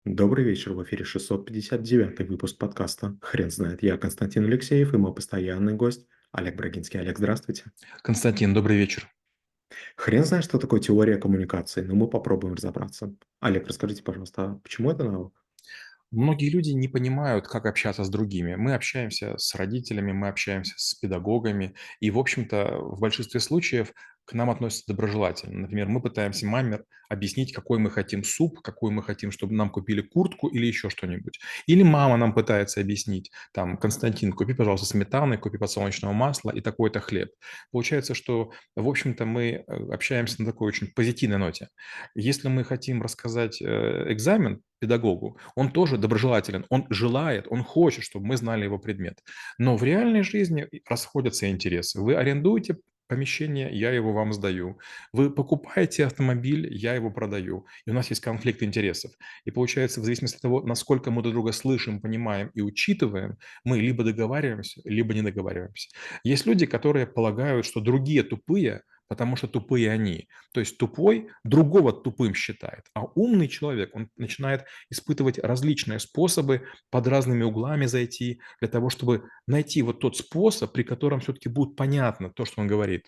Добрый вечер, в эфире 659 выпуск подкаста «Хрен знает». Я Константин Алексеев и мой постоянный гость Олег Брагинский. Олег, здравствуйте. Константин, добрый вечер. Хрен знает, что такое теория коммуникации, но мы попробуем разобраться. Олег, расскажите, пожалуйста, а почему это навык? Многие люди не понимают, как общаться с другими. Мы общаемся с родителями, мы общаемся с педагогами, и, в общем-то, в большинстве случаев к нам относятся доброжелательно. Например, мы пытаемся маме объяснить, какой мы хотим суп, какой мы хотим, чтобы нам купили куртку или еще что-нибудь. Или мама нам пытается объяснить, там, Константин, купи, пожалуйста, сметаны, купи подсолнечного масла и такой-то хлеб. Получается, что, в общем-то, мы общаемся на такой очень позитивной ноте. Если мы хотим рассказать экзамен педагогу, он тоже доброжелателен, он желает, он хочет, чтобы мы знали его предмет. Но в реальной жизни расходятся интересы. Вы арендуете помещение, я его вам сдаю. Вы покупаете автомобиль, я его продаю. И у нас есть конфликт интересов. И получается, в зависимости от того, насколько мы друг друга слышим, понимаем и учитываем, мы либо договариваемся, либо не договариваемся. Есть люди, которые полагают, что другие тупые, потому что тупые они. То есть тупой другого тупым считает, а умный человек, он начинает испытывать различные способы, под разными углами зайти, для того, чтобы найти вот тот способ, при котором все-таки будет понятно то, что он говорит.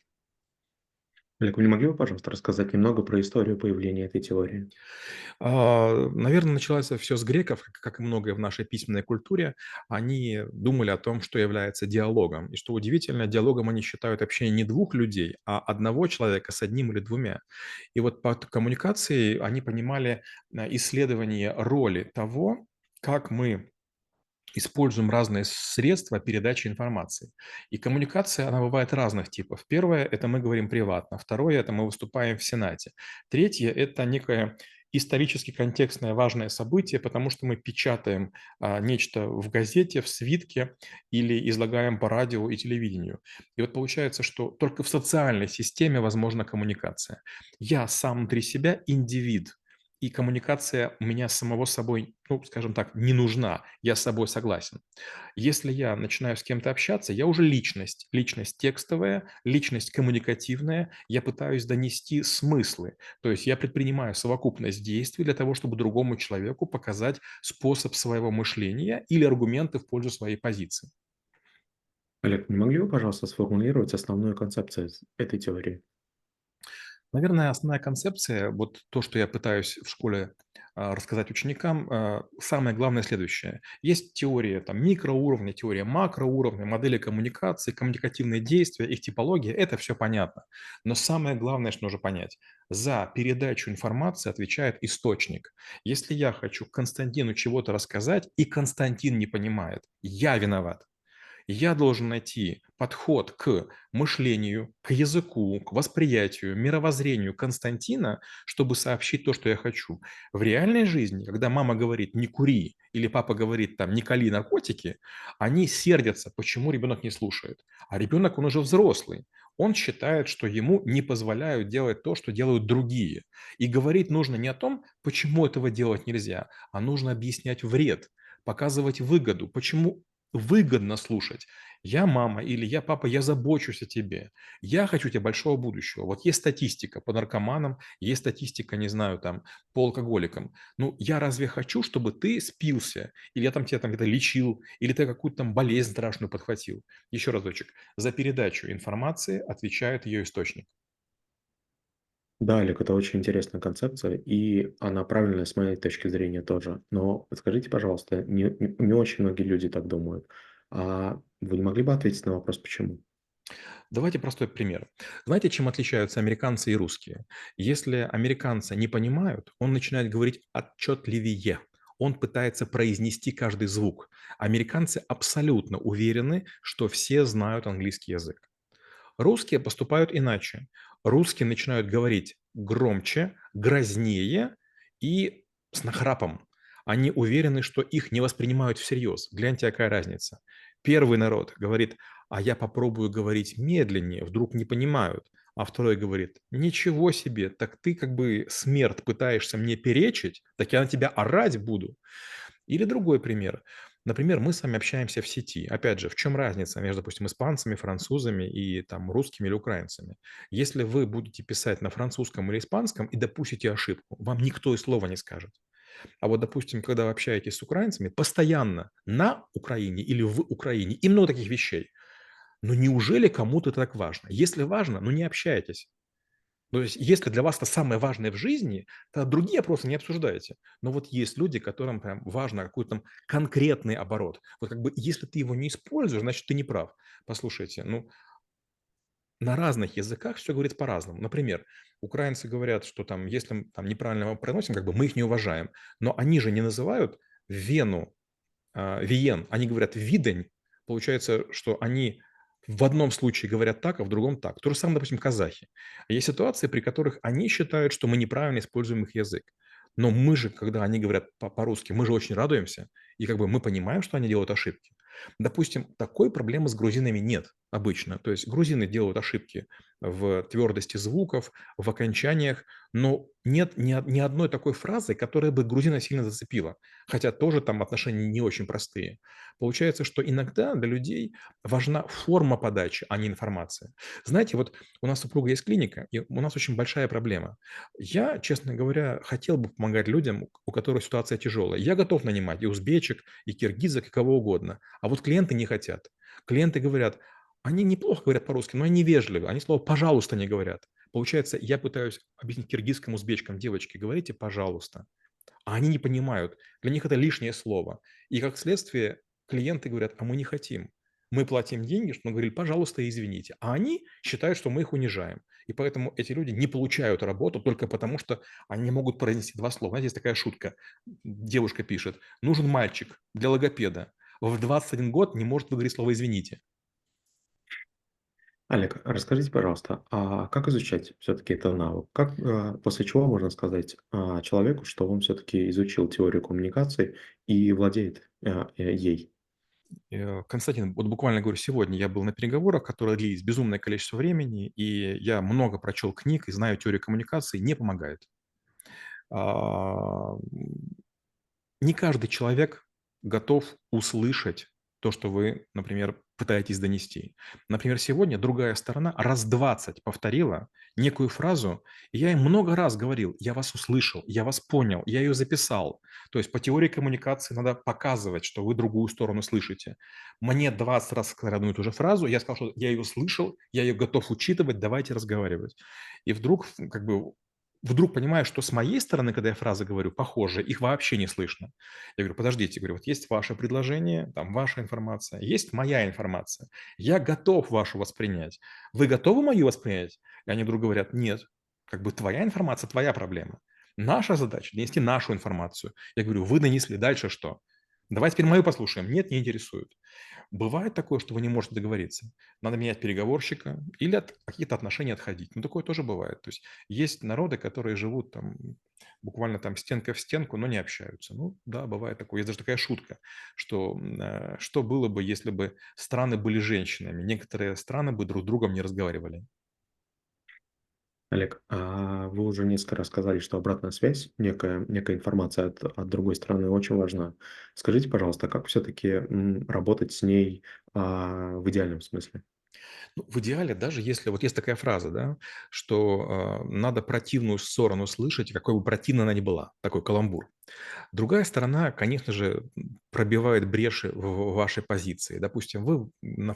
Олег, вы не могли бы, пожалуйста, рассказать немного про историю появления этой теории? Наверное, началось все с греков, как и многое в нашей письменной культуре. Они думали о том, что является диалогом. И что удивительно, диалогом они считают общение не двух людей, а одного человека с одним или двумя. И вот под коммуникацией они понимали исследование роли того, как мы используем разные средства передачи информации. И коммуникация, она бывает разных типов. Первое– это мы говорим приватно. Второе– это мы выступаем в Сенате. Третье– это некое исторически контекстное важное событие, потому что мы печатаем нечто в газете, в свитке или излагаем по радио и телевидению. И вот получается, что только в социальной системе возможна коммуникация. Я сам внутри себя индивид, и коммуникация у меня самого собой, ну, скажем так, не нужна. Я с собой согласен. Если я начинаю с кем-то общаться, я уже личность. Личность текстовая, личность коммуникативная. Я пытаюсь донести смыслы. То есть я предпринимаю совокупность действий для того, чтобы другому человеку показать способ своего мышления или аргументы в пользу своей позиции. Олег, не могли бы, пожалуйста, сформулировать основную концепцию этой теории? Наверное, основная концепция, вот то, что я пытаюсь в школе рассказать ученикам, самое главное следующее. Есть теория там, микроуровня, теория макроуровня, модели коммуникации, коммуникативные действия, их типология, это все понятно. Но самое главное, что нужно понять, за передачу информации отвечает источник. Если я хочу Константину чего-то рассказать, и Константин не понимает, я виноват. Я должен найти подход к мышлению, к языку, к восприятию, мировоззрению Константина, чтобы сообщить то, что я хочу. В реальной жизни, когда мама говорит «не кури» или папа говорит там «не кали наркотики», они сердятся, почему ребенок не слушает. А ребенок, он уже взрослый. Он считает, что ему не позволяют делать то, что делают другие. И говорить нужно не о том, почему этого делать нельзя, а нужно объяснять вред, показывать выгоду, почему выгодно слушать. Я мама или я папа, я забочусь о тебе. Я хочу тебе большого будущего. Вот есть статистика по наркоманам, есть статистика, не знаю, там, по алкоголикам. Ну, я разве хочу, чтобы ты спился, или я там тебя там где-то лечил, или ты какую-то там болезнь страшную подхватил? Еще разочек. За передачу информации отвечает ее источник. Да, Олег, это очень интересная концепция, и она правильная с моей точки зрения тоже. Но подскажите, пожалуйста, не очень многие люди так думают. А вы не могли бы ответить на вопрос, почему? Давайте простой пример. Знаете, чем отличаются американцы и русские? Если американцы не понимают, он начинает говорить отчетливее. Он пытается произнести каждый звук. Американцы абсолютно уверены, что все знают английский язык. Русские поступают иначе. Русские начинают говорить громче, грознее и с нахрапом. Они уверены, что их не воспринимают всерьез. Гляньте, какая разница. Первый народ говорит, а я попробую говорить медленнее, вдруг не понимают. А второй говорит, ничего себе, так ты как бы смерть пытаешься мне перечить, так я на тебя орать буду. Или другой пример. Например, мы с вами общаемся в сети. Опять же, в чем разница между, допустим, испанцами, французами и там русскими или украинцами? Если вы будете писать на французском или испанском и допустите ошибку, вам никто и слова не скажет. А вот, допустим, когда вы общаетесь с украинцами, постоянно на Украине или в Украине и много таких вещей. Но неужели кому-то это так важно? Если важно, ну не общайтесь. То есть, если для вас это самое важное в жизни, то другие просто не обсуждайте. Но вот есть люди, которым прям важно какой-то там конкретный оборот. Вот как бы если ты его не используешь, значит, ты не прав. Послушайте, ну, на разных языках все говорит по-разному. Например, украинцы говорят, что там, если мы там неправильно мы произносим, как бы мы их не уважаем. Но они же не называют Вену Виен, они говорят Видень. Получается, что они в одном случае говорят так, а в другом так. То же самое, допустим, казахи. Есть ситуации, при которых они считают, что мы неправильно используем их язык. Но мы же, когда они говорят по-русски, мы же очень радуемся, и как бы мы понимаем, что они делают ошибки. Допустим, такой проблемы с грузинами нет обычно. То есть грузины делают ошибки в твердости звуков, в окончаниях, но нет ни одной такой фразы, которая бы грузина сильно зацепила. Хотя тоже там отношения не очень простые. Получается, что иногда для людей важна форма подачи, а не информация. Знаете, вот у нас у супруга есть клиника, и у нас очень большая проблема. Я, честно говоря, хотел бы помогать людям, у которых ситуация тяжелая. Я готов нанимать и узбечек, и киргизок, и кого угодно. А вот клиенты не хотят. Клиенты говорят, они неплохо говорят по-русски, но они невежливы. Они слово «пожалуйста» не говорят. Получается, я пытаюсь объяснить киргизским, узбечкам, девочки, говорите «пожалуйста». А они не понимают. Для них это лишнее слово. И как следствие клиенты говорят, а мы не хотим. Мы платим деньги, что мы говорили, пожалуйста, извините. А они считают, что мы их унижаем. И поэтому эти люди не получают работу только потому, что они не могут произнести два слова. Знаете, есть такая шутка. Девушка пишет, нужен мальчик для логопеда. В 21 год не может выговорить слово «извините». Олег, расскажите, пожалуйста, а как изучать все-таки это навык? Как, после чего можно сказать человеку, что он все-таки изучил теорию коммуникации и владеет ей? Константин, вот буквально говорю, сегодня я был на переговорах, которые длились безумное количество времени, и я много прочел книг и знаю теорию коммуникации, не помогает. А, Не каждый человек готов услышать то, что вы, например, пытаетесь донести. Например, сегодня другая сторона раз 20 повторила некую фразу, и я им много раз говорил, я вас услышал, я вас понял, я ее записал. То есть по теории коммуникации надо показывать, что вы другую сторону слышите. Мне 20 раз сказали одну и ту же фразу, я сказал, что я ее слышал, я ее готов учитывать, давайте разговаривать. И вдруг как бы вдруг понимаю, что с моей стороны, когда я фразы говорю похожие, их вообще не слышно. Я говорю, подождите, говорю, вот есть ваше предложение, там ваша информация, есть моя информация. Я готов вашу воспринять. Вы готовы мою воспринять? И они вдруг говорят, нет, как бы твоя информация, твоя проблема. Наша задача– донести нашу информацию. Я говорю, вы донесли, дальше что? Давай теперь мою послушаем. Нет, не интересует. Бывает такое, что вы не можете договориться. Надо менять переговорщика или от каких-то отношений отходить. Ну, такое тоже бывает. То есть есть народы, которые живут там буквально там стенка в стенку, но не общаются. Ну, да, бывает такое. Есть даже такая шутка, что что было бы, если бы страны были женщинами? Некоторые страны бы друг с другом не разговаривали. Олег, вы уже несколько раз сказали, что обратная связь, некая информация от другой стороны очень важна. Скажите, пожалуйста, как все-таки работать с ней в идеальном смысле? Ну, в идеале, даже если вот есть такая фраза, да, что надо противную сторону слышать, какой бы противной она ни была, такой каламбур. Другая сторона, конечно же, пробивает бреши в вашей позиции. Допустим, вы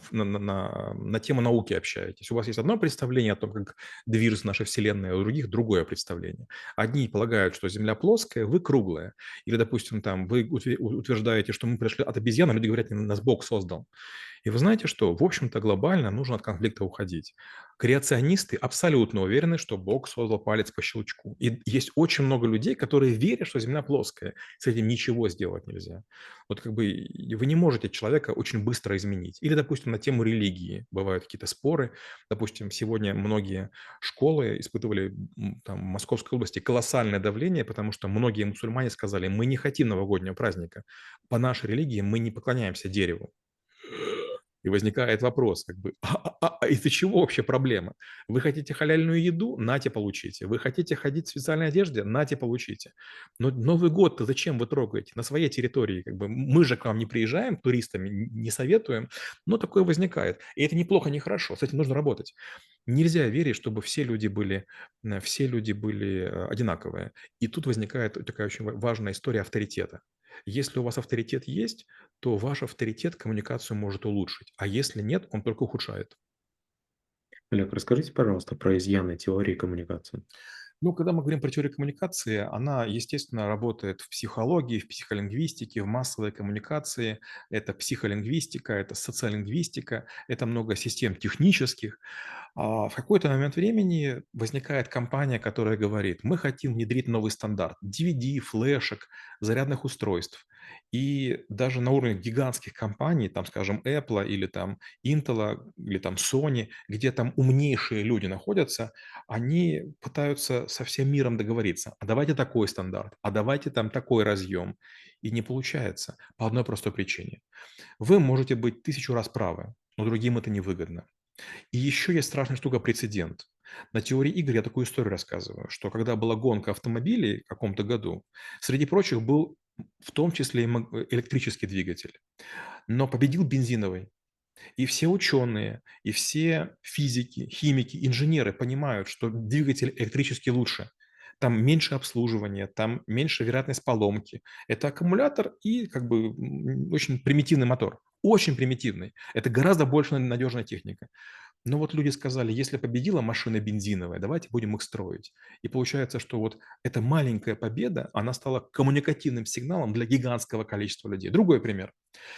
на тему науки общаетесь. У вас есть одно представление о том, как движется наша Вселенная, а у других другое представление. Одни полагают, что Земля плоская, вы круглая. Или, допустим, там вы утверждаете, что мы пришли от обезьян, а люди говорят, нас Бог создал. И вы знаете что? В общем-то, глобально нужно от конфликта уходить. Креационисты абсолютно уверены, что Бог создал палец по щелчку. И есть очень много людей, которые верят, что Земля плоская. С этим ничего сделать нельзя. Вот как бы вы не можете человека очень быстро изменить. Или, допустим, на тему религии бывают какие-то споры. Допустим, сегодня многие школы испытывали там, в Московской области колоссальное давление, потому что многие мусульмане сказали, мы не хотим новогоднего праздника. По нашей религии мы не поклоняемся дереву. И возникает вопрос, как бы, а из-за чего вообще проблема? Вы хотите халяльную еду? Нате, получите. Вы хотите ходить в специальной одежде? Нате, получите. Но Новый год-то зачем вы трогаете? На своей территории, как бы, мы же к вам не приезжаем туристами, не советуем, но такое возникает. И это неплохо, не хорошо, с этим нужно работать. Нельзя верить, чтобы все люди были одинаковые. И тут возникает такая очень важная история авторитета. Если у вас авторитет есть, то ваш авторитет коммуникацию может улучшить, а если нет, он только ухудшает. Олег, расскажите, пожалуйста, про изъяны теории коммуникации. Ну, когда мы говорим про теорию коммуникации, она, естественно, работает в психологии, в психолингвистике, в массовой коммуникации. Это психолингвистика, это социолингвистика, это много систем технических. В какой-то момент времени возникает компания, которая говорит, мы хотим внедрить новый стандарт DVD, флешек, зарядных устройств. И даже на уровне гигантских компаний, там, скажем, Apple или там Intel, или там Sony, где там умнейшие люди находятся, они пытаются со всем миром договориться. А давайте такой стандарт, а давайте там такой разъем. И не получается по одной простой причине. Вы можете быть тысячу раз правы, но другим это невыгодно. И еще есть страшная штука прецедент. На теории игр я такую историю рассказываю, что когда была гонка автомобилей в каком-то году, среди прочих был в том числе и электрический двигатель, но победил бензиновый. И все ученые, и все физики, химики, инженеры понимают, что двигатель электрический лучше. Там меньше обслуживания, там меньше вероятность поломки. Это аккумулятор и как бы очень примитивный мотор. Очень примитивный. Это гораздо больше надежная техника. Но вот люди сказали, если победила машина бензиновая, давайте будем их строить. И получается, что вот эта маленькая победа, она стала коммуникативным сигналом для гигантского количества людей. Другой пример.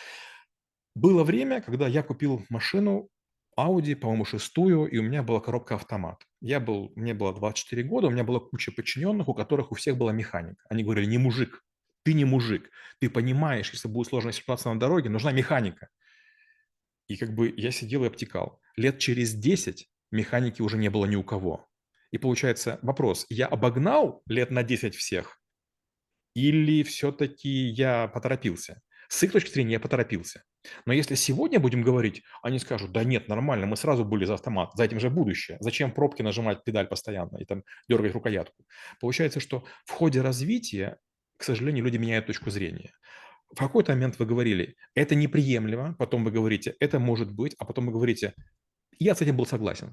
Было время, когда я купил машину Audi, по-моему, шестую, и у меня была коробка автомат. Мне было 24 года, у меня была куча подчиненных, у которых у всех была механика. Они говорили, не мужик, ты не мужик, ты понимаешь, если будет сложная ситуация на дороге, нужна механика. И как бы я сидел и обтекал. Лет через 10 механики уже не было ни у кого. И получается вопрос, я обогнал лет на 10 всех или все-таки я поторопился? С их точки зрения я поторопился. Но если сегодня будем говорить, они скажут, да нет, нормально, мы сразу были за автомат, за этим же будущее. Зачем пробки нажимать педаль постоянно и там дергать рукоятку? Получается, что в ходе развития, к сожалению, люди меняют точку зрения. В какой-то момент вы говорили, это неприемлемо, потом вы говорите, это может быть, а потом вы говорите, я с этим был согласен.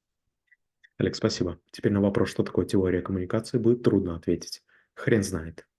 Олег, спасибо. Теперь на вопрос, что такое теория коммуникации, будет трудно ответить. Хрен знает.